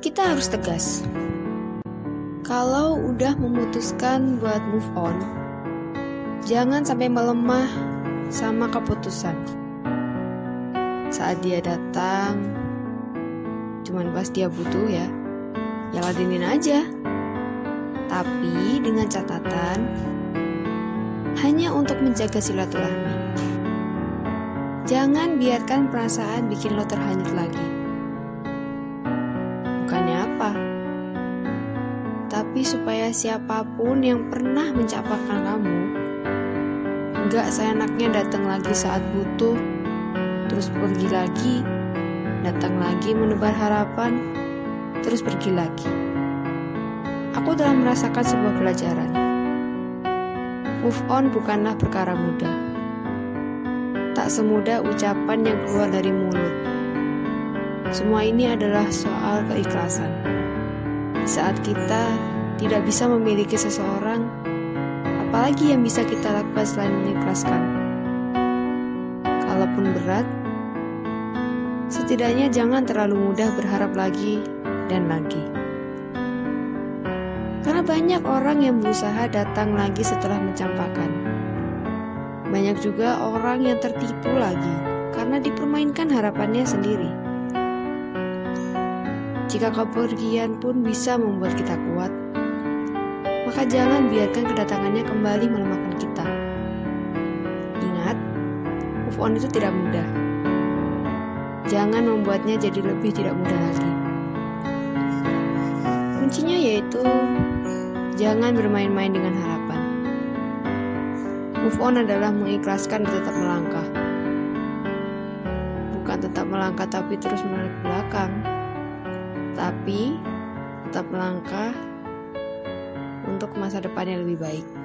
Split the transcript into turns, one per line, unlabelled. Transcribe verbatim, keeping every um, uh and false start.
kita harus tegas. Kalau udah memutuskan buat move on, jangan sampai melemah sama keputusan. Saat dia datang, cuman pas dia butuh ya, ya ladenin aja. Tapi dengan catatan, hanya untuk menjaga silaturahmi. Jangan biarkan perasaan bikin lo terhanyut lagi. Bukannya apa, tapi supaya siapapun yang pernah mencapakan kamu gak seenaknya datang lagi saat butuh, terus pergi lagi, datang lagi menebar harapan, terus pergi lagi. Aku telah merasakan sebuah pelajaran. Move on bukanlah perkara mudah. Tak semudah ucapan yang keluar dari mulut. Semua ini adalah soal keikhlasan. Saat kita tidak bisa memiliki seseorang, apalagi yang bisa kita lakukan selain mengikhlaskan? Kalaupun berat, setidaknya jangan terlalu mudah berharap lagi dan lagi. Karena banyak orang yang berusaha datang lagi setelah mencampakkan. Banyak juga orang yang tertipu lagi karena dipermainkan harapannya sendiri. Jika kepergian pun bisa membuat kita kuat, maka jangan biarkan kedatangannya kembali melemahkan kita. Ingat, move on itu tidak mudah. Jangan membuatnya jadi lebih tidak mudah lagi. Kuncinya yaitu jangan bermain-main dengan harapan. Move on adalah mengikhlaskan dan tetap melangkah. Bukan tetap melangkah tapi terus menoleh ke belakang, tapi tetap melangkah untuk masa depan yang lebih baik.